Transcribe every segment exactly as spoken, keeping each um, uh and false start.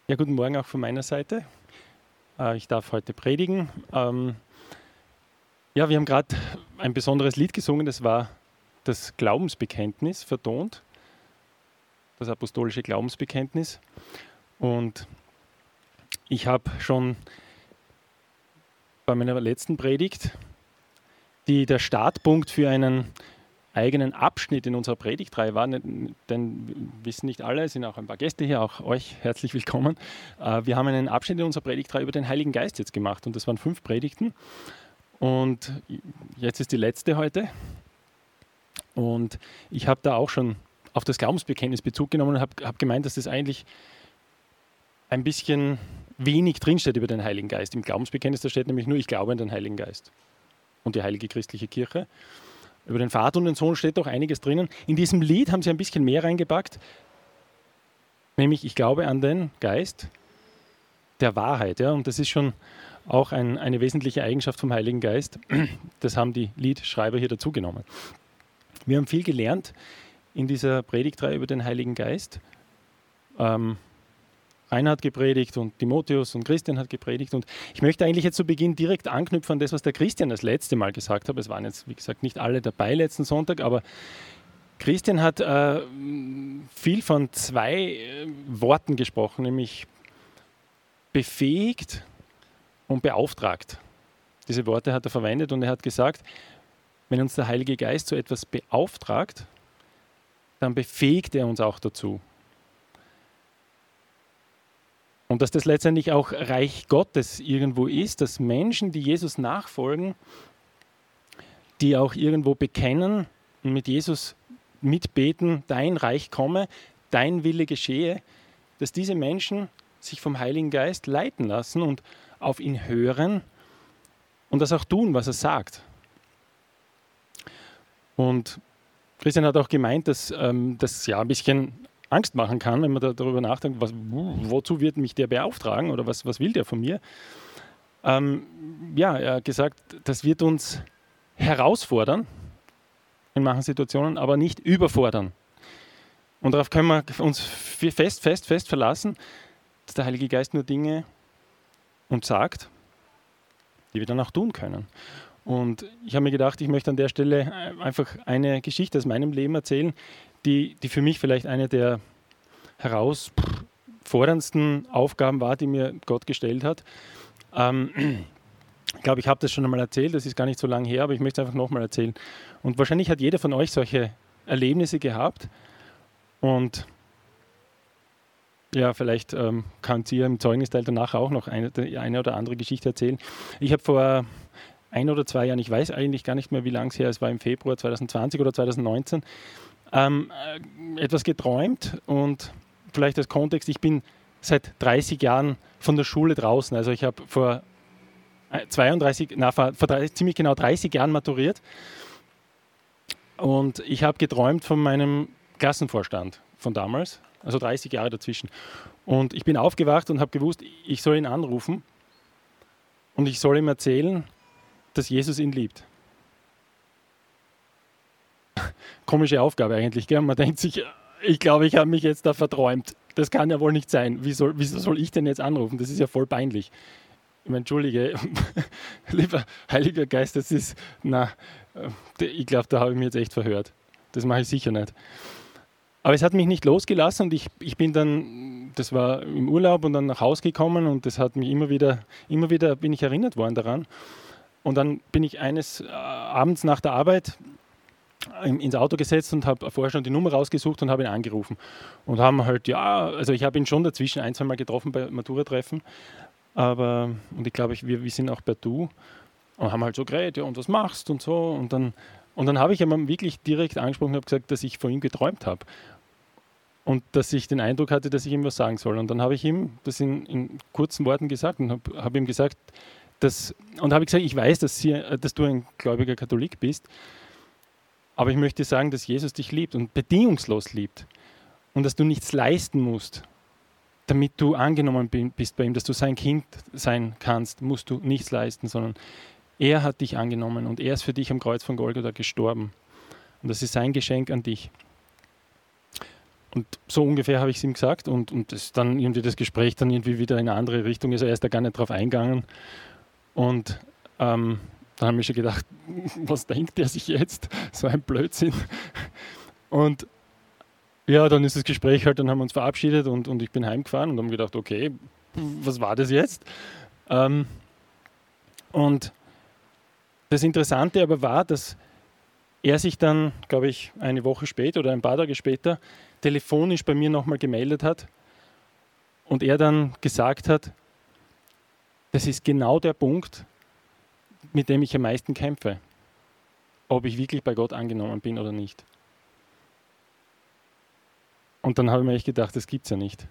Ja, guten Morgen auch von meiner Seite. Äh, ich darf heute predigen. Ähm, ja, wir haben gerade ein besonderes Lied gesungen, das war das Glaubensbekenntnis vertont, das apostolische Glaubensbekenntnis. Und ich habe schon bei meiner letzten Predigt, die der Startpunkt für einen eigenen Abschnitt in unserer Predigtreihe war, denn wissen nicht alle, es sind auch ein paar Gäste hier, auch euch herzlich willkommen. Wir haben einen Abschnitt in unserer Predigtreihe über den Heiligen Geist jetzt gemacht und das waren fünf Predigten und jetzt ist die letzte heute und ich habe da auch schon auf das Glaubensbekenntnis Bezug genommen und habe hab gemeint, dass das eigentlich ein bisschen wenig drinsteht über den Heiligen Geist. Im Glaubensbekenntnis, da steht nämlich nur, ich glaube an den Heiligen Geist und die heilige christliche Kirche. Über den Vater und den Sohn steht doch einiges drinnen. In diesem Lied haben sie ein bisschen mehr reingepackt, nämlich ich glaube an den Geist der Wahrheit. Ja? Und das ist schon auch ein, eine wesentliche Eigenschaft vom Heiligen Geist. Das haben die Liedschreiber hier dazugenommen. Wir haben viel gelernt in dieser Predigtreihe über den Heiligen Geist. Ähm, Rainer hat gepredigt und Timotheus und Christian hat gepredigt und ich möchte eigentlich jetzt zu Beginn direkt anknüpfen an das, was der Christian das letzte Mal gesagt hat. Es waren jetzt, wie gesagt, nicht alle dabei letzten Sonntag, aber Christian hat äh, viel von zwei äh, Worten gesprochen, nämlich befähigt und beauftragt. Diese Worte hat er verwendet und er hat gesagt, wenn uns der Heilige Geist zu etwas beauftragt, dann befähigt er uns auch dazu. Und dass das letztendlich auch Reich Gottes irgendwo ist, dass Menschen, die Jesus nachfolgen, die auch irgendwo bekennen und mit Jesus mitbeten, dein Reich komme, dein Wille geschehe, dass diese Menschen sich vom Heiligen Geist leiten lassen und auf ihn hören und das auch tun, was er sagt. Und Christian hat auch gemeint, dass ähm, das ja ein bisschen Angst machen kann, wenn man da darüber nachdenkt, was, wozu wird mich der beauftragen oder was, was will der von mir? Ähm, ja, er hat gesagt, das wird uns herausfordern in manchen Situationen, aber nicht überfordern. Und darauf können wir uns fest, fest, fest verlassen, dass der Heilige Geist nur Dinge uns sagt, die wir dann auch tun können. Und ich habe mir gedacht, ich möchte an der Stelle einfach eine Geschichte aus meinem Leben erzählen, die, die für mich vielleicht eine der herausforderndsten Aufgaben war, die mir Gott gestellt hat. Ähm, ich glaube, ich habe das schon einmal erzählt, das ist gar nicht so lange her, aber ich möchte es einfach nochmal erzählen. Und wahrscheinlich hat jeder von euch solche Erlebnisse gehabt und ja, vielleicht ähm, könnt ihr im Zeugnisteil danach auch noch eine, eine oder andere Geschichte erzählen. Ich habe vor ein oder zwei Jahren, ich weiß eigentlich gar nicht mehr, wie lange es her ist, es war im Februar zwanzig zwanzig oder zwanzig neunzehn, ähm, etwas geträumt und vielleicht als Kontext, ich bin seit dreißig Jahren von der Schule draußen, also ich habe vor zweiunddreißig, na, vor, vor dreißig, ziemlich genau dreißig Jahren maturiert und ich habe geträumt von meinem Klassenvorstand von damals, also dreißig Jahre dazwischen. Und ich bin aufgewacht und habe gewusst, ich soll ihn anrufen und ich soll ihm erzählen, dass Jesus ihn liebt. Komische Aufgabe eigentlich, gell? Man denkt sich, ich glaube, ich habe mich jetzt da verträumt. Das kann ja wohl nicht sein. Wie soll, wieso soll ich denn jetzt anrufen? Das ist ja voll peinlich. Ich meine, entschuldige, lieber Heiliger Geist, das ist, na, ich glaube, da habe ich mich jetzt echt verhört. Das mache ich sicher nicht. Aber es hat mich nicht losgelassen und ich, ich bin dann, das war im Urlaub und dann nach Hause gekommen und das hat mich immer wieder, immer wieder bin ich erinnert worden daran. Und dann bin ich eines äh, abends nach der Arbeit in, ins Auto gesetzt und habe vorher schon die Nummer rausgesucht und habe ihn angerufen. Und haben halt, ja, also ich habe ihn schon dazwischen ein, zwei Mal getroffen bei Matura-Treffen. Aber, und ich glaube, ich, wir, wir sind auch bei Du. Und haben halt so geredet, ja, und was machst und so. Und dann, und dann habe ich ihm wirklich direkt angesprochen und habe gesagt, dass ich von ihm geträumt habe. Und dass ich den Eindruck hatte, dass ich ihm was sagen soll. Und dann habe ich ihm das in, in kurzen Worten gesagt und habe hab ihm gesagt, dass, und habe gesagt, ich weiß, dass, sie, dass du ein gläubiger Katholik bist, aber ich möchte sagen, dass Jesus dich liebt und bedingungslos liebt und dass du nichts leisten musst, damit du angenommen bist bei ihm, dass du sein Kind sein kannst, musst du nichts leisten, sondern er hat dich angenommen und er ist für dich am Kreuz von Golgatha gestorben. Und das ist sein Geschenk an dich. Und so ungefähr habe ich es ihm gesagt und, und das dann irgendwie das Gespräch dann irgendwie wieder in eine andere Richtung ist. Er ist da gar nicht drauf eingegangen. Und ähm, dann haben wir schon gedacht, was denkt der sich jetzt? So ein Blödsinn. Und ja, dann ist das Gespräch halt, dann haben wir uns verabschiedet und, und ich bin heimgefahren und haben gedacht, okay, was war das jetzt? Ähm, und das Interessante aber war, dass er sich dann, glaube ich, eine Woche später oder ein paar Tage später telefonisch bei mir nochmal gemeldet hat und er dann gesagt hat, das ist genau der Punkt, mit dem ich am meisten kämpfe, ob ich wirklich bei Gott angenommen bin oder nicht. Und dann habe ich mir echt gedacht, das gibt es ja nicht.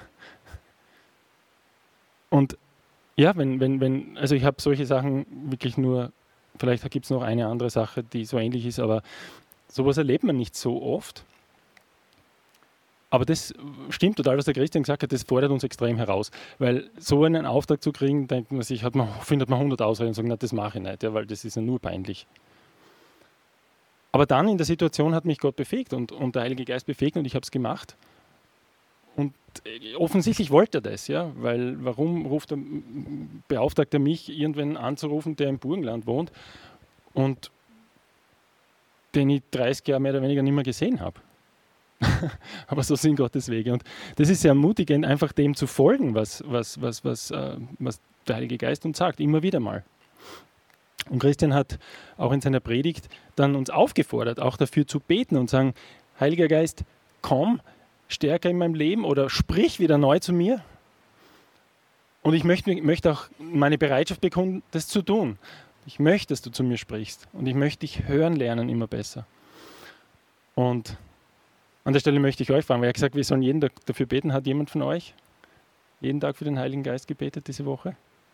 Und ja, wenn, wenn, wenn, also ich habe solche Sachen wirklich nur, vielleicht gibt es noch eine andere Sache, die so ähnlich ist, aber sowas erlebt man nicht so oft. Aber das stimmt total, was der Christian gesagt hat, das fordert uns extrem heraus. Weil so einen Auftrag zu kriegen, denkt man sich, hat man, findet man hundert Ausreden und sagt, na, das mache ich nicht, ja, weil das ist ja nur peinlich. Aber dann in der Situation hat mich Gott befähigt und, und der Heilige Geist befähigt und ich habe es gemacht. Und offensichtlich wollte er das, ja, weil warum ruft er, beauftragt er mich, irgendwen anzurufen, der im Burgenland wohnt und den ich dreißig Jahre mehr oder weniger nicht mehr gesehen habe. Aber so sind Gottes Wege. Und das ist sehr ermutigend, einfach dem zu folgen, was, was, was, was, äh, was der Heilige Geist uns sagt, immer wieder mal. Und Christian hat auch in seiner Predigt dann uns aufgefordert, auch dafür zu beten und sagen, Heiliger Geist, komm stärker in meinem Leben oder sprich wieder neu zu mir. Und ich möchte, möchte auch meine Bereitschaft bekunden, das zu tun. Ich möchte, dass du zu mir sprichst. Und ich möchte dich hören lernen immer besser. Und an der Stelle möchte ich euch fragen, weil er gesagt, wir sollen jeden Tag dafür beten. Hat jemand von euch jeden Tag für den Heiligen Geist gebetet diese Woche?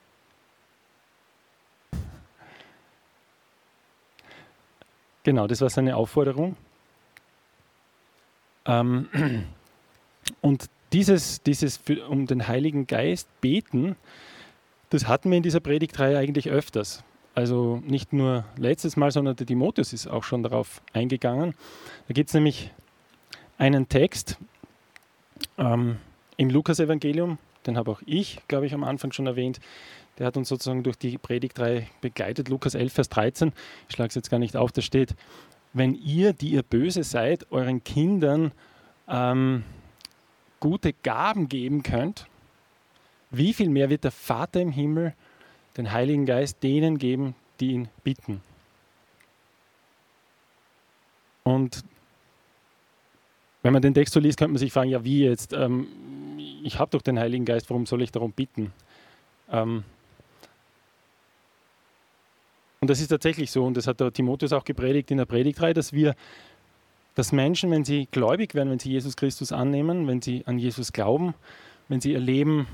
Genau, das war seine Aufforderung. Ähm, und dieses, dieses für, um den Heiligen Geist beten, das hatten wir in dieser Predigtreihe eigentlich öfters. Also nicht nur letztes Mal, sondern der Timotheus ist auch schon darauf eingegangen. Da gibt es nämlich einen Text ähm, im Lukas-Evangelium, den habe auch ich, glaube ich, am Anfang schon erwähnt. Der hat uns sozusagen durch die Predigtreihe begleitet. Lukas elf, Vers dreizehn. Ich schlage es jetzt gar nicht auf, da steht, wenn ihr, die ihr böse seid, euren Kindern ähm, gute Gaben geben könnt, wie viel mehr wird der Vater im Himmel den Heiligen Geist denen geben, die ihn bitten? Und wenn man den Text so liest, könnte man sich fragen, ja wie jetzt, ähm, ich habe doch den Heiligen Geist, warum soll ich darum bitten? Ähm und das ist tatsächlich so, und das hat der Timotheus auch gepredigt in der Predigtreihe, dass wir, dass Menschen, wenn sie gläubig werden, wenn sie Jesus Christus annehmen, wenn sie an Jesus glauben, wenn sie ihr Leben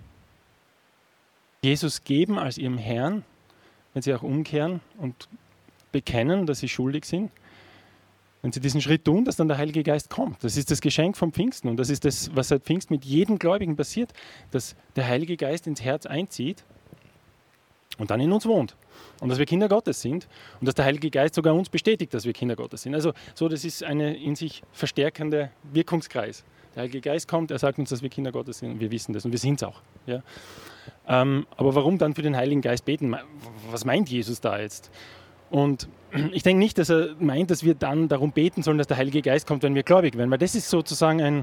Jesus geben als ihrem Herrn, wenn sie auch umkehren und bekennen, dass sie schuldig sind, wenn sie diesen Schritt tun, dass dann der Heilige Geist kommt. Das ist das Geschenk vom Pfingsten und das ist das, was seit Pfingsten mit jedem Gläubigen passiert, dass der Heilige Geist ins Herz einzieht und dann in uns wohnt. Und dass wir Kinder Gottes sind und dass der Heilige Geist sogar uns bestätigt, dass wir Kinder Gottes sind. Also so, das ist ein in sich verstärkender Wirkungskreis. Der Heilige Geist kommt, er sagt uns, dass wir Kinder Gottes sind und wir wissen das und wir sind es auch. Ja? Ähm, aber warum dann für den Heiligen Geist beten? Was meint Jesus da jetzt? Und ich denke nicht, dass er meint, dass wir dann darum beten sollen, dass der Heilige Geist kommt, wenn wir gläubig werden, weil das ist sozusagen ein,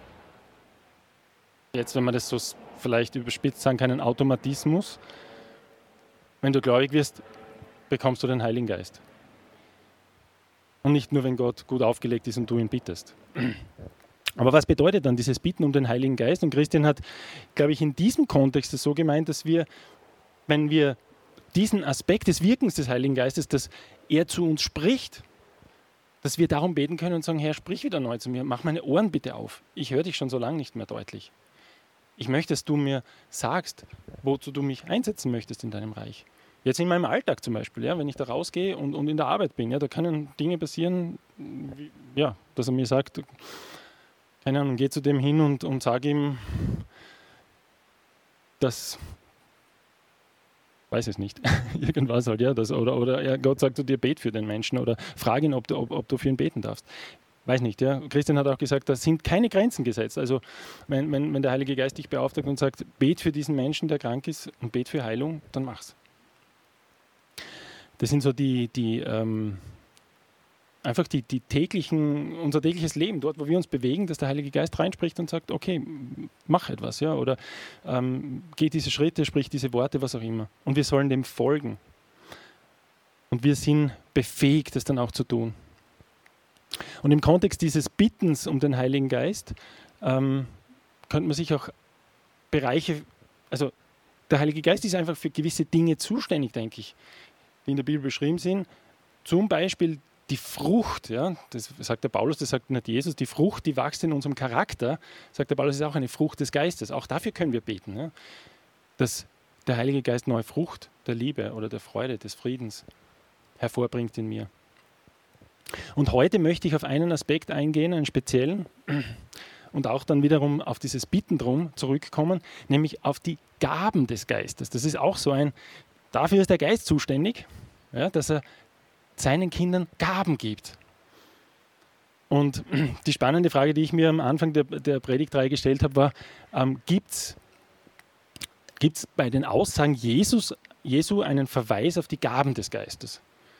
jetzt wenn man das so vielleicht überspitzt sagen kann, ein Automatismus. Wenn du gläubig wirst, bekommst du den Heiligen Geist. Und nicht nur, wenn Gott gut aufgelegt ist und du ihn bittest. Aber was bedeutet dann dieses Bitten um den Heiligen Geist? Und Christian hat, glaube ich, in diesem Kontext so gemeint, dass wir, wenn wir diesen Aspekt des Wirkens des Heiligen Geistes, dass er zu uns spricht, dass wir darum beten können und sagen, Herr, sprich wieder neu zu mir, mach meine Ohren bitte auf. Ich höre dich schon so lange nicht mehr deutlich. Ich möchte, dass du mir sagst, wozu du mich einsetzen möchtest in deinem Reich. Jetzt in meinem Alltag zum Beispiel, ja, wenn ich da rausgehe und, und in der Arbeit bin, ja, da können Dinge passieren, wie, ja, dass er mir sagt, keine Ahnung, geh zu dem hin und, und sag ihm, dass, weiß es nicht, irgendwas halt, ja, das, oder, oder ja, Gott sagt zu dir, bet für den Menschen oder frag ihn, ob du, ob, ob du für ihn beten darfst. weiß nicht, ja. Christian hat auch gesagt, da sind keine Grenzen gesetzt. Also wenn, wenn, wenn der Heilige Geist dich beauftragt und sagt, bet für diesen Menschen, der krank ist und bet für Heilung, dann mach's. Das sind so die, die ähm, einfach die, die täglichen, unser tägliches Leben, dort, wo wir uns bewegen, dass der Heilige Geist reinspricht und sagt, okay, mach etwas, ja, oder ähm, geh diese Schritte, sprich diese Worte, was auch immer. Und wir sollen dem folgen. Und wir sind befähigt, das dann auch zu tun. Und im Kontext dieses Bittens um den Heiligen Geist ähm, könnte man sich auch Bereiche, also der Heilige Geist ist einfach für gewisse Dinge zuständig, denke ich, die in der Bibel beschrieben sind. Zum Beispiel die Frucht, ja, das sagt der Paulus, das sagt nicht Jesus, die Frucht, die wächst in unserem Charakter, sagt der Paulus, ist auch eine Frucht des Geistes. Auch dafür können wir beten, ja, dass der Heilige Geist neue Frucht der Liebe oder der Freude, des Friedens hervorbringt in mir. Und heute möchte ich auf einen Aspekt eingehen, einen speziellen, und auch dann wiederum auf dieses Bitten drum zurückkommen, nämlich auf die Gaben des Geistes. Das ist auch so ein, dafür ist der Geist zuständig, ja, dass er seinen Kindern Gaben gibt. Und die spannende Frage, die ich mir am Anfang der, der Predigtreihe gestellt habe, war, ähm, gibt es bei den Aussagen Jesus, Jesu einen Verweis auf die Gaben des Geistes?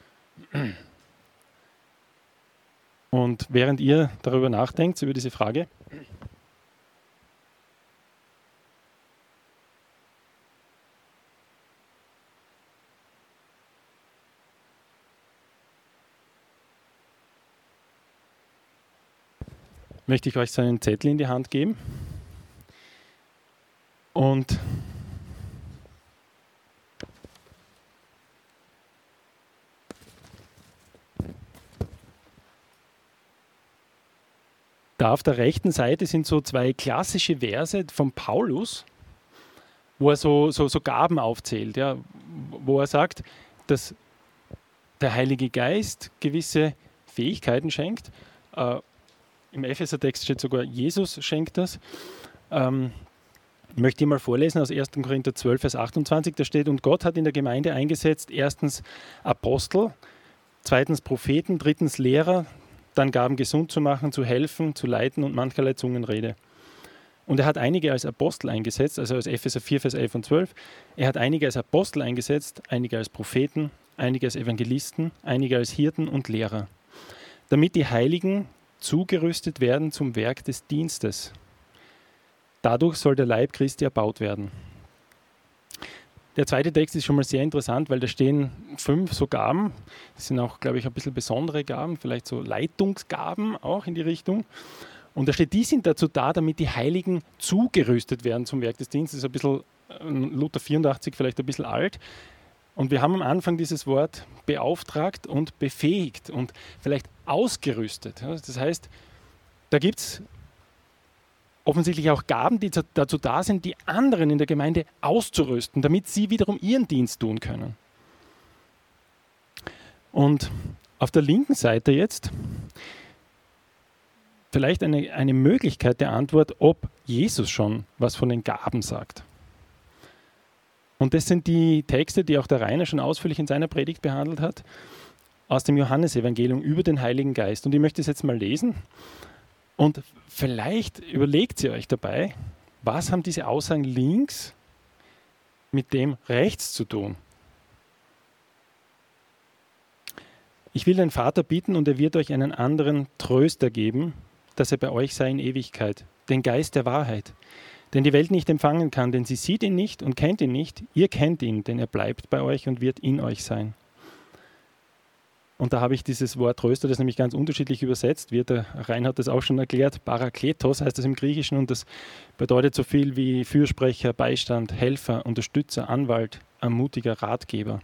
Und während ihr darüber nachdenkt, über diese Frage, möchte ich euch so einen Zettel in die Hand geben. Und da auf der rechten Seite sind so zwei klassische Verse von Paulus, wo er so, so, so Gaben aufzählt, ja, wo er sagt, dass der Heilige Geist gewisse Fähigkeiten schenkt. Äh, Im Epheser-Text steht sogar, Jesus schenkt das. Ähm, ich möchte ich mal vorlesen aus erster Korinther zwölf, Vers achtundzwanzig. Da steht, und Gott hat in der Gemeinde eingesetzt, erstens Apostel, zweitens Propheten, drittens Lehrer, dann Gaben gesund zu machen, zu helfen, zu leiten und mancherlei Zungenrede. Und er hat einige als Apostel eingesetzt, also aus Epheser vier, Vers elf und zwölf. Er hat einige als Apostel eingesetzt, einige als Propheten, einige als Evangelisten, einige als Hirten und Lehrer, damit die Heiligen zugerüstet werden zum Werk des Dienstes. Dadurch soll der Leib Christi erbaut werden. Der zweite Text ist schon mal sehr interessant, weil da stehen fünf so Gaben. Das sind auch, glaube ich, ein bisschen besondere Gaben, vielleicht so Leitungsgaben auch in die Richtung. Und da steht, die sind dazu da, damit die Heiligen zugerüstet werden zum Werk des Dienstes. Das ist ein bisschen, Luther vierundachtzig, vielleicht ein bisschen alt. Und wir haben am Anfang dieses Wort beauftragt und befähigt und vielleicht ausgerüstet. Das heißt, da gibt es offensichtlich auch Gaben, die dazu da sind, die anderen in der Gemeinde auszurüsten, damit sie wiederum ihren Dienst tun können. Und auf der linken Seite jetzt vielleicht eine, eine Möglichkeit der Antwort, ob Jesus schon was von den Gaben sagt. Und das sind die Texte, die auch der Rainer schon ausführlich in seiner Predigt behandelt hat, aus dem Johannesevangelium über den Heiligen Geist. Und ich möchte es jetzt mal lesen. Und vielleicht überlegt ihr euch dabei, was haben diese Aussagen links mit dem rechts zu tun? Ich will den Vater bitten und er wird euch einen anderen Tröster geben, dass er bei euch sei in Ewigkeit, den Geist der Wahrheit, den die Welt nicht empfangen kann, denn sie sieht ihn nicht und kennt ihn nicht. Ihr kennt ihn, denn er bleibt bei euch und wird in euch sein. Und da habe ich dieses Wort Tröster, das nämlich ganz unterschiedlich übersetzt wird. Der Reinhard hat das auch schon erklärt. Parakletos heißt das im Griechischen und das bedeutet so viel wie Fürsprecher, Beistand, Helfer, Unterstützer, Anwalt, ermutiger, Ratgeber.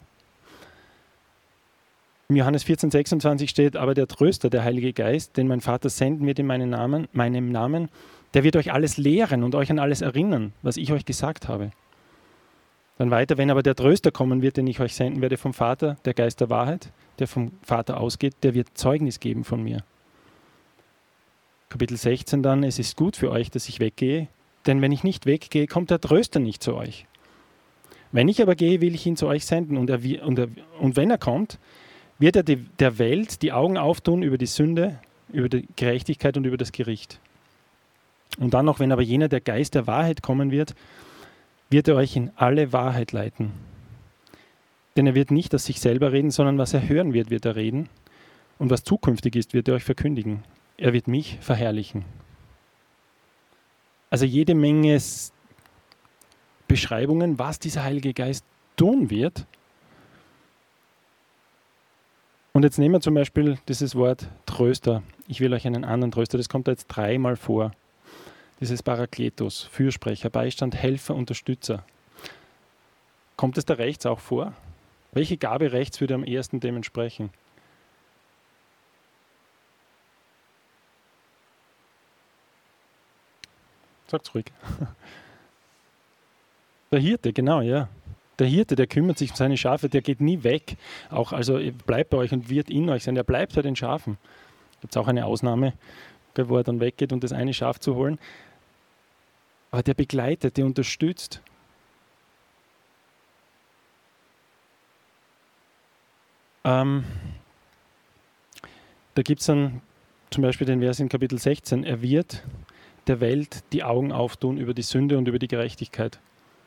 Im Johannes vierzehn, sechsundzwanzig steht, aber der Tröster, der Heilige Geist, den mein Vater senden wird in meinen Namen, meinem Namen, der wird euch alles lehren und euch an alles erinnern, was ich euch gesagt habe. Dann weiter, wenn aber der Tröster kommen wird, den ich euch senden werde vom Vater, der Geist der Wahrheit, der vom Vater ausgeht, der wird Zeugnis geben von mir. Kapitel sechzehn dann, es ist gut für euch, dass ich weggehe, denn wenn ich nicht weggehe, kommt der Tröster nicht zu euch. Wenn ich aber gehe, will ich ihn zu euch senden und, er, und, er, und wenn er kommt, wird er die, der Welt die Augen auftun über die Sünde über die Gerechtigkeit und über das Gericht. Und dann noch, wenn aber jener, der Geist der Wahrheit kommen wird, wird er euch in alle Wahrheit leiten. Denn er wird nicht aus sich selber reden, sondern was er hören wird, wird er reden. Und was zukünftig ist, wird er euch verkündigen. Er wird mich verherrlichen. Also jede Menge Beschreibungen, was dieser Heilige Geist tun wird. Und jetzt nehmen wir zum Beispiel dieses Wort Tröster. Ich will euch einen anderen Tröster, das kommt da jetzt dreimal vor. Dieses Parakletos, Fürsprecher, Beistand, Helfer, Unterstützer. Kommt es da rechts auch vor? Welche Gabe rechts würde am ehesten dem entsprechen? Sagt's ruhig. Der Hirte, genau, ja. Der Hirte, der kümmert sich um seine Schafe, der geht nie weg. Auch, also bleibt bei euch und wird in euch sein. Der bleibt bei den Schafen. Gibt es auch eine Ausnahme, wo er dann weggeht, um das eine Schaf zu holen. Aber der begleitet, der unterstützt. Ähm, da gibt es dann zum Beispiel den Vers in Kapitel sechzehn. Er wird der Welt die Augen auftun über die Sünde und über die Gerechtigkeit.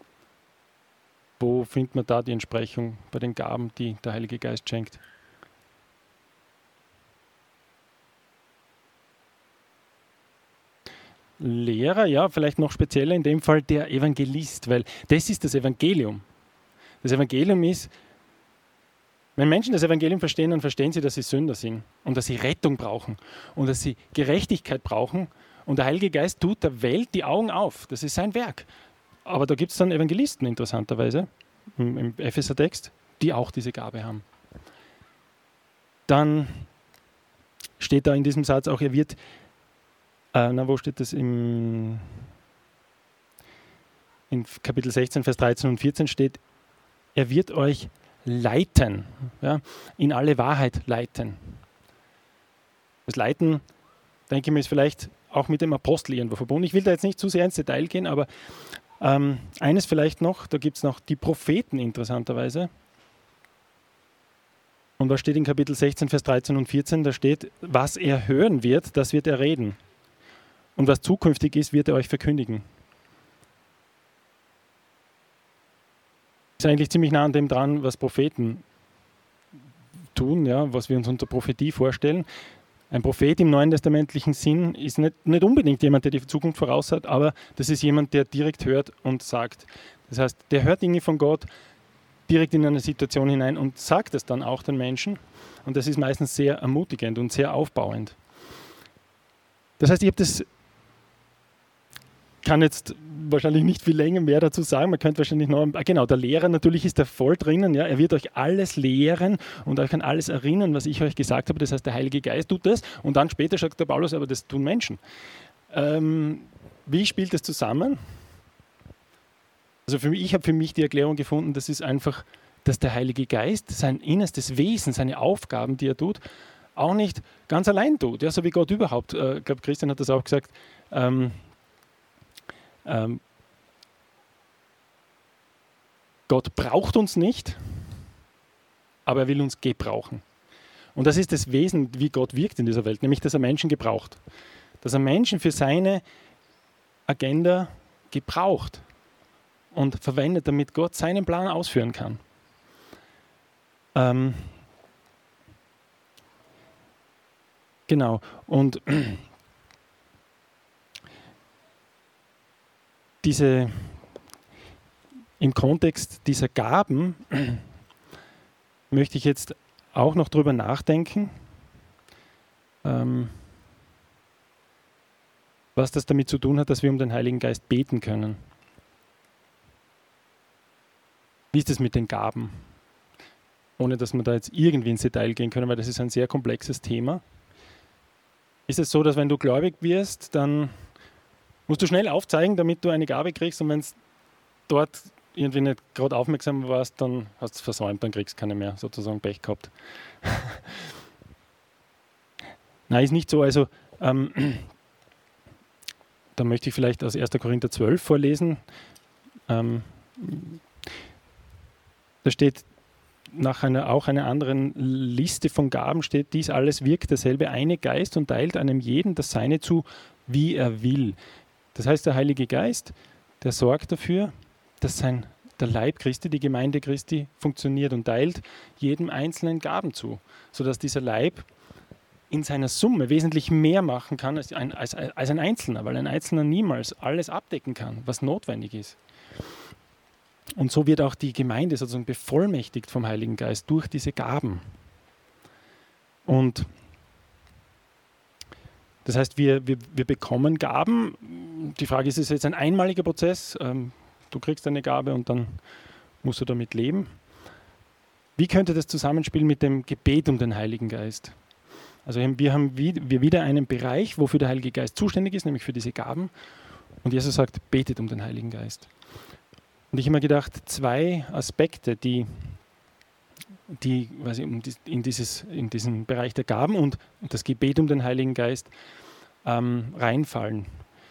Wo findet man da die Entsprechung bei den Gaben, die der Heilige Geist schenkt? Lehrer, ja, vielleicht noch spezieller in dem Fall der Evangelist, weil das ist das Evangelium. Das Evangelium ist, wenn Menschen das Evangelium verstehen, dann verstehen sie, dass sie Sünder sind und dass sie Rettung brauchen und dass sie Gerechtigkeit brauchen. Und der Heilige Geist tut der Welt die Augen auf. Das ist sein Werk. Aber da gibt es dann Evangelisten, interessanterweise, im, im Epheser-Text, die auch diese Gabe haben. Dann steht da in diesem Satz auch, er wird, äh, na, wo steht das? Im, in Kapitel sechzehn, Vers dreizehn und vierzehn steht, er wird euch leiten, ja, in alle Wahrheit leiten. Das Leiten, denke ich mir, ist vielleicht auch mit dem Apostel irgendwo verbunden. Ich will da jetzt nicht zu sehr ins Detail gehen, aber ähm, eines vielleicht noch, da gibt es noch die Propheten interessanterweise. Und was steht in Kapitel sechzehn, Vers dreizehn und vierzehn? Da steht, was er hören wird, das wird er reden. Und was zukünftig ist, wird er euch verkündigen. Ist eigentlich ziemlich nah an dem dran, was Propheten tun, ja, was wir uns unter Prophetie vorstellen. Ein Prophet im neuen testamentlichen Sinn ist nicht, nicht unbedingt jemand, der die Zukunft voraussagt, aber das ist jemand, der direkt hört und sagt. Das heißt, der hört Dinge von Gott direkt in eine Situation hinein und sagt es dann auch den Menschen. Und das ist meistens sehr ermutigend und sehr aufbauend. Das heißt, ich habe das, kann jetzt wahrscheinlich nicht viel länger mehr dazu sagen. Man könnte wahrscheinlich noch, genau, der Lehrer natürlich ist da voll drinnen. Ja, er wird euch alles lehren und euch an alles erinnern, was ich euch gesagt habe. Das heißt, der Heilige Geist tut das. Und dann später sagt der Paulus, aber das tun Menschen. Ähm, wie spielt das zusammen? Also für mich, ich habe für mich die Erklärung gefunden, das ist einfach, dass der Heilige Geist sein innerstes Wesen, seine Aufgaben, die er tut, auch nicht ganz allein tut. Ja, so wie Gott überhaupt. Äh, ich glaube, Christian hat das auch gesagt. Ähm, Ähm, Gott braucht uns nicht, aber er will uns gebrauchen. Und das ist das Wesen, wie Gott wirkt in dieser Welt, nämlich, dass er Menschen gebraucht. Dass er Menschen für seine Agenda gebraucht und verwendet, damit Gott seinen Plan ausführen kann. Ähm, genau. Und diese, im Kontext dieser Gaben möchte ich jetzt auch noch drüber nachdenken, ähm, was das damit zu tun hat, dass wir um den Heiligen Geist beten können. Wie ist es mit den Gaben? Ohne dass wir da jetzt irgendwie ins Detail gehen können, weil das ist ein sehr komplexes Thema. Ist es so, dass wenn du gläubig wirst, dann musst du schnell aufzeigen, damit du eine Gabe kriegst, und wenn es dort irgendwie nicht gerade aufmerksam warst, dann hast du es versäumt, dann kriegst du keine mehr, sozusagen Pech gehabt. Nein, ist nicht so. Also ähm, da möchte ich vielleicht aus erster Korinther zwölf vorlesen. Ähm, da steht, nach einer, auch einer anderen Liste von Gaben steht, dies alles wirkt derselbe eine Geist und teilt einem jeden das Seine zu, wie er will. Das heißt, der Heilige Geist, der sorgt dafür, dass sein, der Leib Christi, die Gemeinde Christi funktioniert und teilt jedem einzelnen Gaben zu, sodass dieser Leib in seiner Summe wesentlich mehr machen kann als ein, als, als ein Einzelner, weil ein Einzelner niemals alles abdecken kann, was notwendig ist. Und so wird auch die Gemeinde sozusagen bevollmächtigt vom Heiligen Geist durch diese Gaben. Und das heißt, wir, wir, wir bekommen Gaben. Die Frage ist, ist es jetzt ein einmaliger Prozess? Ähm, du kriegst eine Gabe und dann musst du damit leben. Wie könnte das zusammenspielen mit dem Gebet um den Heiligen Geist? Also wir haben wir wieder einen Bereich, wofür der Heilige Geist zuständig ist, nämlich für diese Gaben. Und Jesus sagt, betet um den Heiligen Geist. Und ich habe mir gedacht, zwei Aspekte, die, die weiß ich, in, dieses, in diesen Bereich der Gaben und das Gebet um den Heiligen Geist ähm, reinfallen.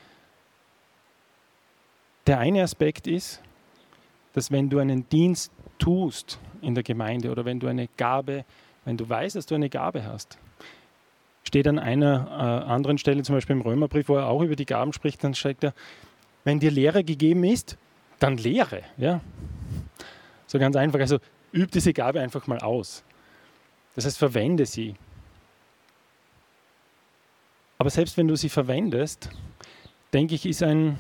Der eine Aspekt ist, dass wenn du einen Dienst tust in der Gemeinde oder wenn du eine Gabe, wenn du weißt, dass du eine Gabe hast, steht an einer äh, anderen Stelle, zum Beispiel im Römerbrief, wo er auch über die Gaben spricht, dann schreibt er, wenn dir Lehre gegeben ist, dann lehre. Ja? So ganz einfach, also üb diese Gabe einfach mal aus. Das heißt, verwende sie. Aber selbst wenn du sie verwendest, denke ich, ist ein,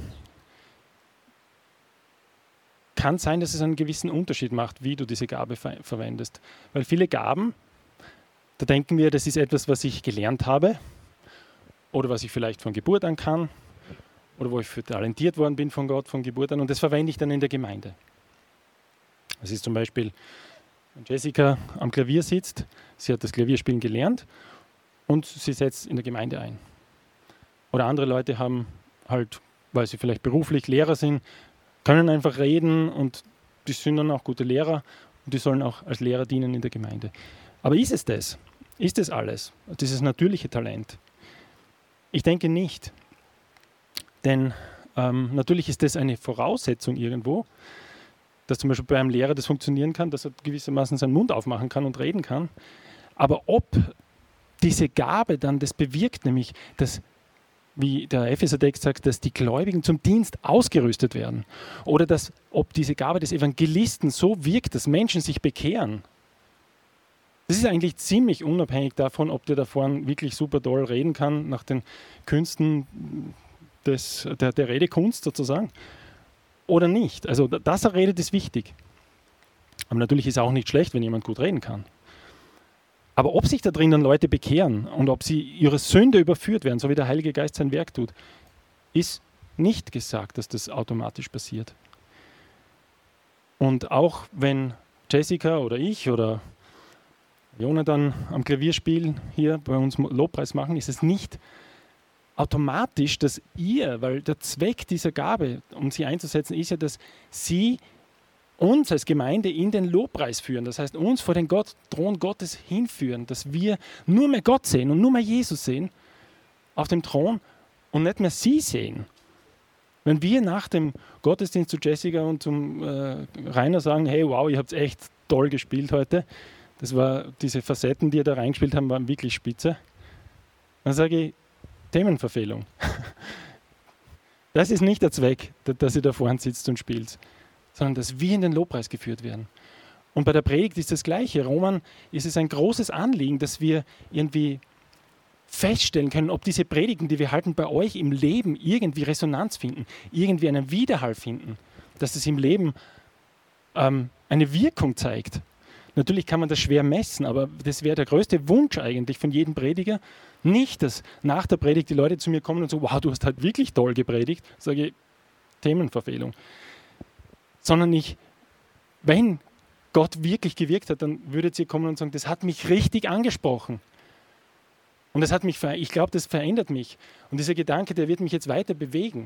kann sein, dass es einen gewissen Unterschied macht, wie du diese Gabe ver- verwendest. Weil viele Gaben, da denken wir, das ist etwas, was ich gelernt habe oder was ich vielleicht von Geburt an kann oder wo ich für talentiert worden bin von Gott von Geburt an und das verwende ich dann in der Gemeinde. Das ist zum Beispiel, wenn Jessica am Klavier sitzt, sie hat das Klavierspielen gelernt und sie setzt in der Gemeinde ein. Oder andere Leute haben halt, weil sie vielleicht beruflich Lehrer sind, können einfach reden und die sind dann auch gute Lehrer und die sollen auch als Lehrer dienen in der Gemeinde. Aber ist es das? Ist es alles? Dieses natürliche Talent? Ich denke nicht. Denn ähm, natürlich ist das eine Voraussetzung irgendwo, dass zum Beispiel bei einem Lehrer das funktionieren kann, dass er gewissermaßen seinen Mund aufmachen kann und reden kann. Aber ob diese Gabe dann das bewirkt, nämlich, dass, wie der Epheser-Text sagt, dass die Gläubigen zum Dienst ausgerüstet werden oder dass, ob diese Gabe des Evangelisten so wirkt, dass Menschen sich bekehren, das ist eigentlich ziemlich unabhängig davon, ob der da vorne wirklich super toll reden kann, nach den Künsten des, der, der Redekunst sozusagen, oder nicht. Also, dass er redet, ist wichtig. Aber natürlich ist es auch nicht schlecht, wenn jemand gut reden kann. Aber ob sich da drin dann Leute bekehren und ob sie ihre Sünde überführt werden, so wie der Heilige Geist sein Werk tut, ist nicht gesagt, dass das automatisch passiert. Und auch wenn Jessica oder ich oder Jonathan am Klavierspiel hier bei uns Lobpreis machen, ist es nicht automatisch, dass ihr, weil der Zweck dieser Gabe, um sie einzusetzen, ist ja, dass sie uns als Gemeinde in den Lobpreis führen. Das heißt, uns vor den Gott, Thron Gottes hinführen, dass wir nur mehr Gott sehen und nur mehr Jesus sehen auf dem Thron und nicht mehr sie sehen. Wenn wir nach dem Gottesdienst zu Jessica und zum äh, Rainer sagen, hey, wow, ihr habt echt toll gespielt heute, das war, diese Facetten, die ihr da reingespielt haben, waren wirklich spitze. Dann sage ich, Themenverfehlung. Das ist nicht der Zweck, dass ihr da vorne sitzt und spielt, sondern dass wir in den Lobpreis geführt werden. Und bei der Predigt ist das Gleiche. Roman ist es ein großes Anliegen, dass wir irgendwie feststellen können, ob diese Predigten, die wir halten, bei euch im Leben irgendwie Resonanz finden, irgendwie einen Widerhall finden, dass es im Leben ähm, eine Wirkung zeigt. Natürlich kann man das schwer messen, aber das wäre der größte Wunsch eigentlich von jedem Prediger. Nicht, dass nach der Predigt die Leute zu mir kommen und sagen, wow, du hast halt wirklich toll gepredigt, sage ich, Themenverfehlung. Sondern ich, wenn Gott wirklich gewirkt hat, dann würdet ihr kommen und sagen, das hat mich richtig angesprochen. Und das hat mich, ich glaube, das verändert mich. Und dieser Gedanke, der wird mich jetzt weiter bewegen.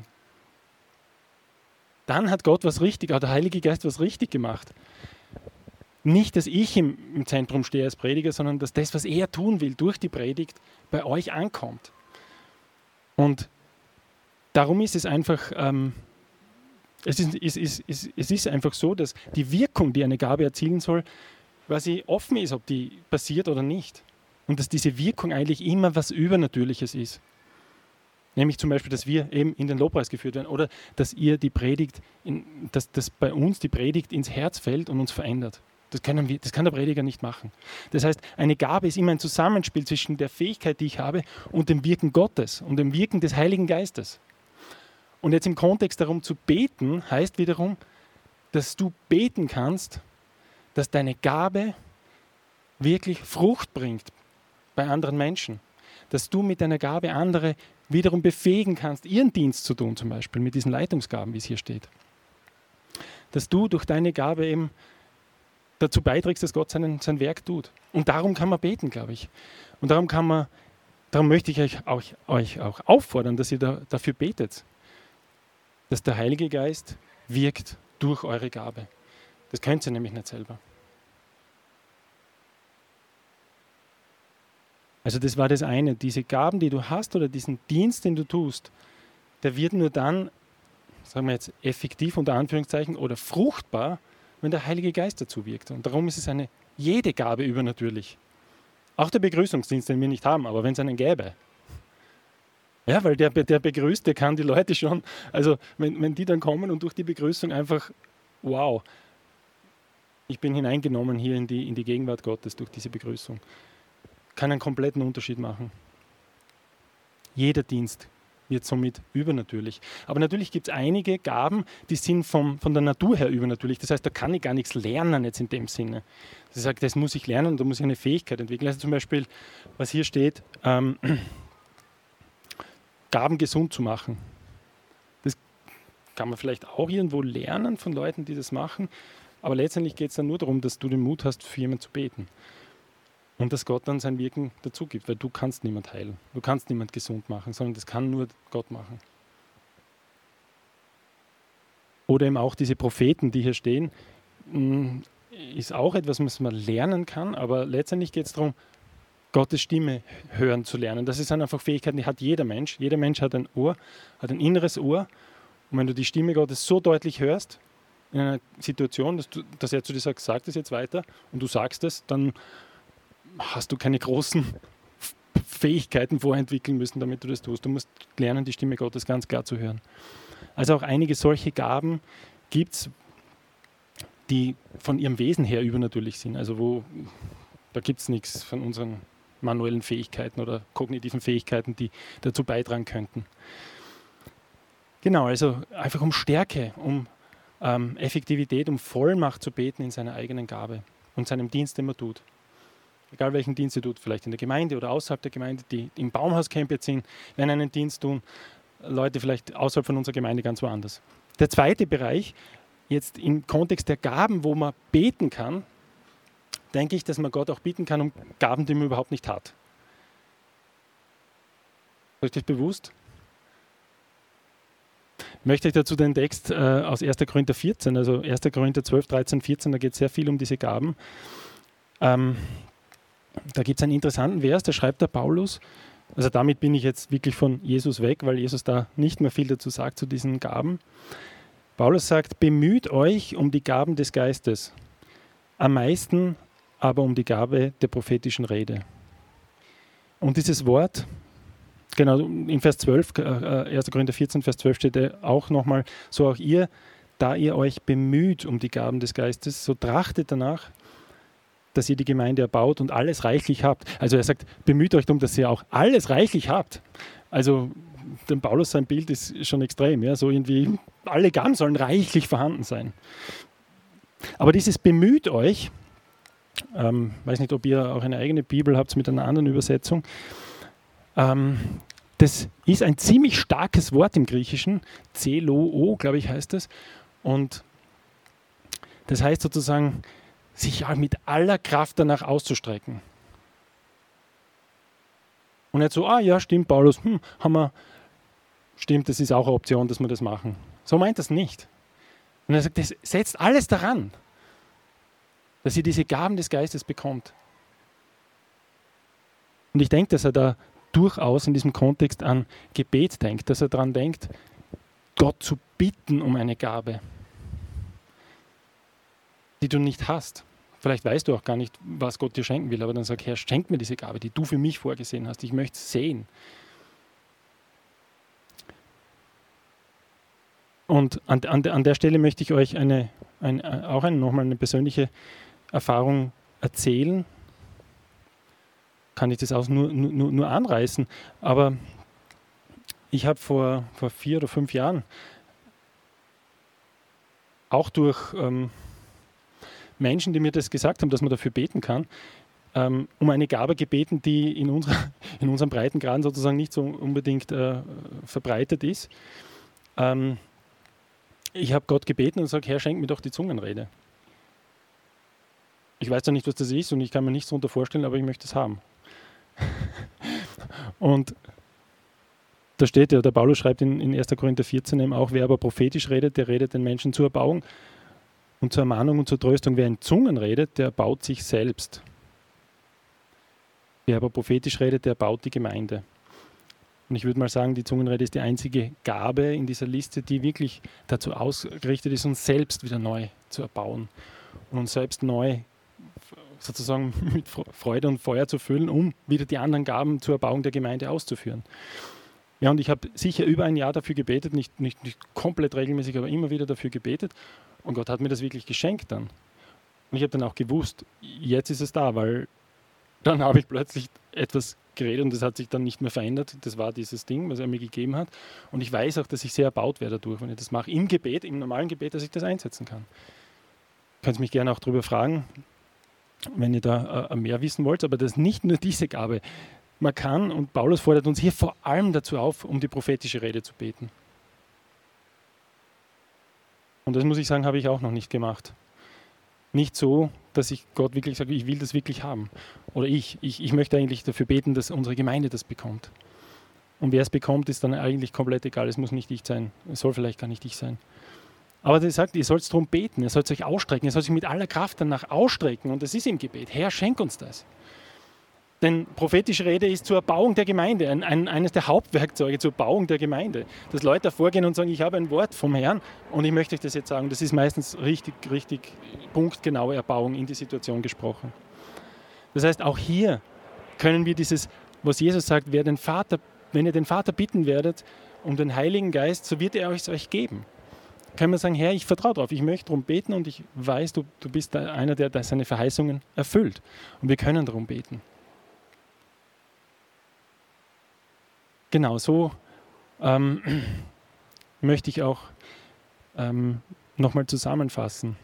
Dann hat Gott was richtig, hat der Heilige Geist was richtig gemacht. Nicht, dass ich im, im Zentrum stehe als Prediger, sondern dass das, was er tun will, durch die Predigt bei euch ankommt. Und darum ist es einfach, ähm, es, ist, es, ist, es, es ist einfach so, dass die Wirkung, die eine Gabe erzielen soll, quasi offen ist, ob die passiert oder nicht. Und dass diese Wirkung eigentlich immer was Übernatürliches ist. Nämlich zum Beispiel, dass wir eben in den Lobpreis geführt werden oder dass ihr die Predigt, in, dass, dass bei uns die Predigt ins Herz fällt und uns verändert. Das, können wir, das kann der Prediger nicht machen. Das heißt, eine Gabe ist immer ein Zusammenspiel zwischen der Fähigkeit, die ich habe, und dem Wirken Gottes und dem Wirken des Heiligen Geistes. Und jetzt im Kontext darum zu beten, heißt wiederum, dass du beten kannst, dass deine Gabe wirklich Frucht bringt bei anderen Menschen. Dass du mit deiner Gabe andere wiederum befähigen kannst, ihren Dienst zu tun, zum Beispiel mit diesen Leitungsgaben, wie es hier steht. Dass du durch deine Gabe eben dazu beiträgst, dass Gott seinen, sein Werk tut. Und darum kann man beten, glaube ich. Und darum kann man, darum möchte ich euch auch, euch auch auffordern, dass ihr da, dafür betet, dass der Heilige Geist wirkt durch eure Gabe. Das könnt ihr nämlich nicht selber. Also das war das eine. Diese Gaben, die du hast oder diesen Dienst, den du tust, der wird nur dann, sagen wir jetzt, effektiv unter Anführungszeichen oder fruchtbar, wenn der Heilige Geist dazu wirkt. Und darum ist es eine jede Gabe übernatürlich. Auch der Begrüßungsdienst, den wir nicht haben, aber wenn es einen gäbe. Ja, weil der, der begrüßt, der kann die Leute schon, also wenn, wenn die dann kommen und durch die Begrüßung einfach, wow, ich bin hineingenommen hier in die, in die Gegenwart Gottes durch diese Begrüßung. Kann einen kompletten Unterschied machen. Jeder Dienst wird somit übernatürlich. Aber natürlich gibt es einige Gaben, die sind vom, von der Natur her übernatürlich. Das heißt, da kann ich gar nichts lernen jetzt in dem Sinne. Das sagt, das muss ich lernen und da muss ich eine Fähigkeit entwickeln. Also zum Beispiel, was hier steht, ähm, Gaben gesund zu machen. Das kann man vielleicht auch irgendwo lernen von Leuten, die das machen. Aber letztendlich geht es dann nur darum, dass du den Mut hast, für jemanden zu beten. Und dass Gott dann sein Wirken dazu gibt, weil du kannst niemand heilen. Du kannst niemand gesund machen, sondern das kann nur Gott machen. Oder eben auch diese Propheten, die hier stehen, ist auch etwas, was man lernen kann, aber letztendlich geht es darum, Gottes Stimme hören zu lernen. Das sind einfach Fähigkeiten, die hat jeder Mensch. Jeder Mensch hat ein Ohr, hat ein inneres Ohr. Und wenn du die Stimme Gottes so deutlich hörst, in einer Situation, dass, du, dass er zu dir sagt, sag das jetzt weiter und du sagst es, dann hast du keine großen Fähigkeiten vorentwickeln müssen, damit du das tust. Du musst lernen, die Stimme Gottes ganz klar zu hören. Also auch einige solche Gaben gibt es, die von ihrem Wesen her übernatürlich sind. Also wo, da gibt es nichts von unseren manuellen Fähigkeiten oder kognitiven Fähigkeiten, die dazu beitragen könnten. Genau, also einfach um Stärke, um ähm, Effektivität, um Vollmacht zu beten in seiner eigenen Gabe und seinem Dienst, den man tut. Egal welchen Dienst ihr tut, vielleicht in der Gemeinde oder außerhalb der Gemeinde, die im Baumhauscamp jetzt sind, werden einen Dienst tun, Leute vielleicht außerhalb von unserer Gemeinde ganz woanders. Der zweite Bereich, jetzt im Kontext der Gaben, wo man beten kann, denke ich, dass man Gott auch bitten kann um Gaben, die man überhaupt nicht hat. Ist euch das bewusst? Ich möchte euch dazu den Text äh, aus erster Korinther vierzehn, also erster Korinther zwölf, dreizehn, vierzehn, da geht es sehr viel um diese Gaben. Ähm, Da gibt es einen interessanten Vers, da schreibt der Paulus, also damit bin ich jetzt wirklich von Jesus weg, weil Jesus da nicht mehr viel dazu sagt zu diesen Gaben. Paulus sagt, bemüht euch um die Gaben des Geistes, am meisten aber um die Gabe der prophetischen Rede. Und dieses Wort, genau in Vers zwölf, äh, erster Korinther vierzehn, Vers zwölf steht ja auch nochmal, so auch ihr, da ihr euch bemüht um die Gaben des Geistes, so trachtet danach, dass ihr die Gemeinde erbaut und alles reichlich habt. Also er sagt, bemüht euch darum, dass ihr auch alles reichlich habt. Also der Paulus, sein Bild ist schon extrem. Ja? So irgendwie, alle Gaben sollen reichlich vorhanden sein. Aber dieses bemüht euch, ähm, weiß nicht, ob ihr auch eine eigene Bibel habt mit einer anderen Übersetzung, ähm, das ist ein ziemlich starkes Wort im Griechischen, zeloo, glaube ich, heißt es. Und das heißt sozusagen, sich mit aller Kraft danach auszustrecken. Und nicht so, ah ja, stimmt, Paulus, hm, haben wir, stimmt, das ist auch eine Option, dass wir das machen. So meint das nicht. Und er sagt, das setzt alles daran, dass ihr diese Gaben des Geistes bekommt. Und ich denke, dass er da durchaus in diesem Kontext an Gebet denkt, dass er daran denkt, Gott zu bitten um eine Gabe, die du nicht hast, Vielleicht weißt du auch gar nicht, was Gott dir schenken will, aber dann sag, Herr, schenk mir diese Gabe, die du für mich vorgesehen hast. Ich möchte es sehen. Und an, an, an der Stelle möchte ich euch eine, ein, auch eine, nochmal eine persönliche Erfahrung erzählen. Kann ich das auch nur, nur, nur anreißen. Aber ich habe vor, vor vier oder fünf Jahren auch durch ähm, Menschen, die mir das gesagt haben, dass man dafür beten kann, ähm, um eine Gabe gebeten, die in, unserer, in unserem Breitengraden sozusagen nicht so unbedingt äh, verbreitet ist. Ähm, ich habe Gott gebeten und sage, Herr, schenk mir doch die Zungenrede. Ich weiß ja nicht, was das ist und ich kann mir nichts darunter vorstellen, aber ich möchte es haben. Und da steht ja, der Paulus schreibt in, in erster Korinther vierzehn eben auch, wer aber prophetisch redet, der redet den Menschen zur Erbauung und zur Ermahnung und zur Tröstung. Wer in Zungen redet, der baut sich selbst. Wer aber prophetisch redet, der baut die Gemeinde. Und ich würde mal sagen, die Zungenrede ist die einzige Gabe in dieser Liste, die wirklich dazu ausgerichtet ist, uns selbst wieder neu zu erbauen und uns selbst neu sozusagen mit Freude und Feuer zu füllen, um wieder die anderen Gaben zur Erbauung der Gemeinde auszuführen. Ja, und ich habe sicher über ein Jahr dafür gebetet, nicht, nicht, nicht komplett regelmäßig, aber immer wieder dafür gebetet. Und Gott hat mir das wirklich geschenkt dann. Und ich habe dann auch gewusst, jetzt ist es da, weil dann habe ich plötzlich etwas geredet und das hat sich dann nicht mehr verändert. Das war dieses Ding, was er mir gegeben hat. Und ich weiß auch, dass ich sehr erbaut werde dadurch, wenn ich das mache. Im Gebet, im normalen Gebet, dass ich das einsetzen kann. Könnt mich gerne auch darüber fragen, wenn ihr da äh, mehr wissen wollt. Aber das ist nicht nur diese Gabe. Man kann, und Paulus fordert uns hier vor allem dazu auf, um die prophetische Rede zu beten. Und das muss ich sagen, habe ich auch noch nicht gemacht. Nicht so, dass ich Gott wirklich sage, ich will das wirklich haben. Oder ich, ich, ich möchte eigentlich dafür beten, dass unsere Gemeinde das bekommt. Und wer es bekommt, ist dann eigentlich komplett egal. Es muss nicht ich sein. Es soll vielleicht gar nicht ich sein. Aber er sagt, ihr sollt darum beten, ihr sollt euch ausstrecken, ihr sollt euch mit aller Kraft danach ausstrecken. Und das ist im Gebet. Herr, schenk uns das. Denn prophetische Rede ist zur Erbauung der Gemeinde, ein, ein, eines der Hauptwerkzeuge zur Erbauung der Gemeinde. Dass Leute davor gehen und sagen, ich habe ein Wort vom Herrn und ich möchte euch das jetzt sagen. Das ist meistens richtig, richtig punktgenaue Erbauung in die Situation gesprochen. Das heißt, auch hier können wir dieses, was Jesus sagt, wer den Vater, wenn ihr den Vater bitten werdet um den Heiligen Geist, so wird er es euch geben. Können wir sagen, Herr, ich vertraue darauf, ich möchte darum beten und ich weiß, du, du bist einer, der seine Verheißungen erfüllt. Und wir können darum beten. Genau, so ähm, möchte ich auch ähm, nochmal zusammenfassen.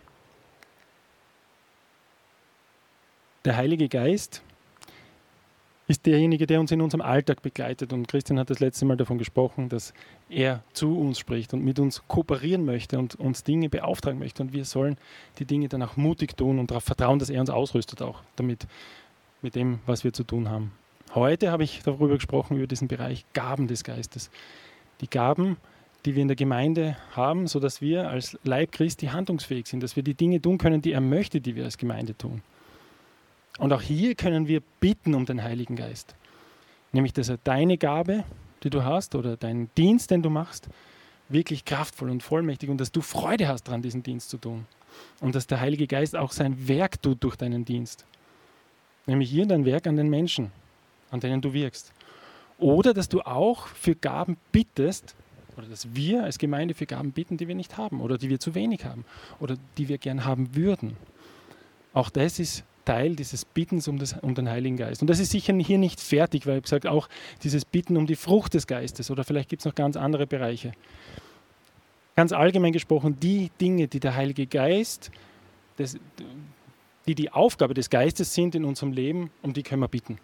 Der Heilige Geist ist derjenige, der uns in unserem Alltag begleitet. Und Christian hat das letzte Mal davon gesprochen, dass er zu uns spricht und mit uns kooperieren möchte und uns Dinge beauftragen möchte. Und wir sollen die Dinge dann auch mutig tun und darauf vertrauen, dass er uns ausrüstet auch damit, mit dem, was wir zu tun haben. Heute habe ich darüber gesprochen, über diesen Bereich Gaben des Geistes. Die Gaben, die wir in der Gemeinde haben, sodass wir als Leib Christi handlungsfähig sind, dass wir die Dinge tun können, die er möchte, die wir als Gemeinde tun. Und auch hier können wir bitten um den Heiligen Geist. Nämlich, dass er deine Gabe, die du hast, oder deinen Dienst, den du machst, wirklich kraftvoll und vollmächtig und dass du Freude hast daran, diesen Dienst zu tun. Und dass der Heilige Geist auch sein Werk tut durch deinen Dienst. Nämlich hier dein Werk an den Menschen, an denen du wirkst. Oder dass du auch für Gaben bittest, oder dass wir als Gemeinde für Gaben bitten, die wir nicht haben oder die wir zu wenig haben oder die wir gern haben würden. Auch das ist Teil dieses Bittens um, das, um den Heiligen Geist. Und das ist sicher hier nicht fertig, weil ich gesagt auch dieses Bitten um die Frucht des Geistes oder vielleicht gibt es noch ganz andere Bereiche. Ganz allgemein gesprochen, die Dinge, die der Heilige Geist, das, die die Aufgabe des Geistes sind in unserem Leben, um die können wir bitten.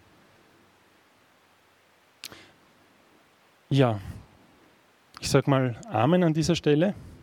Ja, ich sage mal Amen an dieser Stelle.